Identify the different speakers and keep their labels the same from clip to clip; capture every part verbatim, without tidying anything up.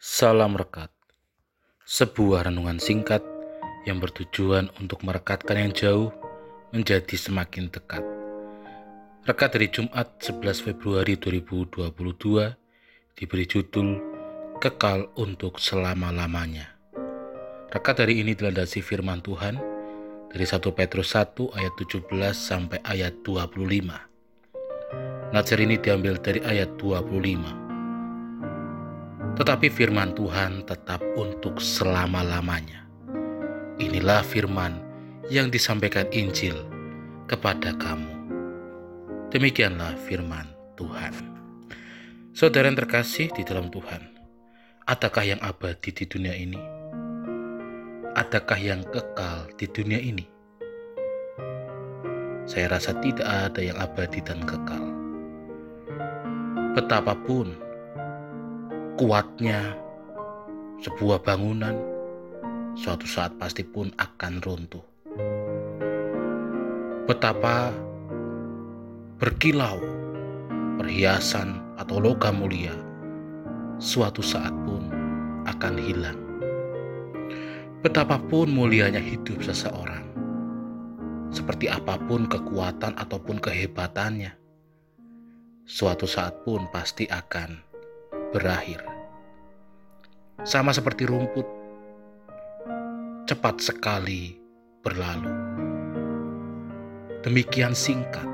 Speaker 1: Salam Rekat, sebuah renungan singkat yang bertujuan untuk merekatkan yang jauh menjadi semakin dekat. Rekat dari Jumat sebelas Februari dua ribu dua puluh dua diberi judul Kekal untuk Selama-lamanya. Rekat hari ini dilandasi firman Tuhan dari satu Petrus satu ayat tujuh belas sampai ayat dua puluh lima. Nats ini diambil dari ayat dua puluh lima. Tetapi firman Tuhan tetap untuk selama-lamanya. Inilah firman yang disampaikan Injil kepada kamu. Demikianlah firman Tuhan. Saudara yang terkasih di dalam Tuhan, adakah yang abadi di dunia ini? Adakah yang kekal di dunia ini? Saya rasa tidak ada yang abadi dan kekal. Betapapun kuatnya sebuah bangunan, suatu saat pasti pun akan runtuh. Betapa berkilau perhiasan atau logam mulia, suatu saat pun akan hilang. Betapapun mulianya hidup seseorang, seperti apapun kekuatan ataupun kehebatannya, suatu saat pun pasti akan berakhir. Sama seperti rumput, cepat sekali berlalu. Demikian singkat.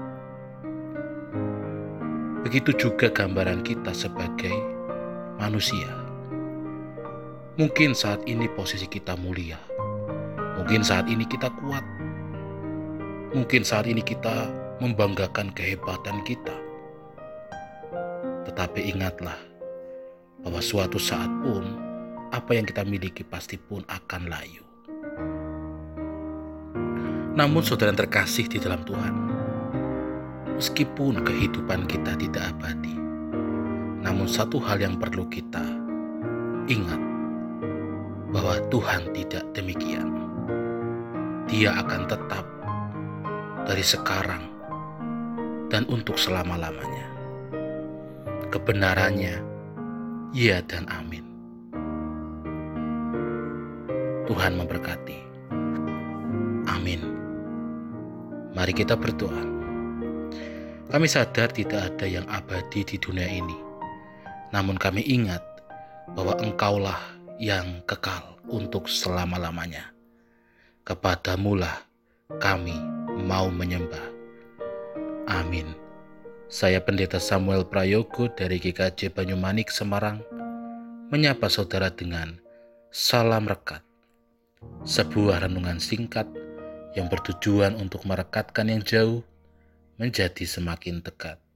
Speaker 1: Begitu juga gambaran kita sebagai manusia. Mungkin saat ini posisi kita mulia. Mungkin saat ini kita kuat. Mungkin saat ini kita membanggakan kehebatan kita. Tetapi ingatlah bahwa suatu saat pun apa yang kita miliki pasti pun akan layu. Namun saudara yang terkasih di dalam Tuhan, meskipun kehidupan kita tidak abadi, namun satu hal yang perlu kita ingat, bahwa Tuhan tidak demikian. Dia akan tetap dari sekarang dan untuk selama-lamanya. Kebenarannya ya dan amin. Tuhan memberkati. Amin. Mari kita berdoa. Kami sadar tidak ada yang abadi di dunia ini. Namun kami ingat bahwa Engkaulah yang kekal untuk selama-lamanya. Kepadamulah kami mau menyembah. Amin. Saya Pendeta Samuel Prayogo dari G K J Banyumanik, Semarang, menyapa saudara dengan salam rekat. Sebuah renungan singkat yang bertujuan untuk merekatkan yang jauh menjadi semakin dekat.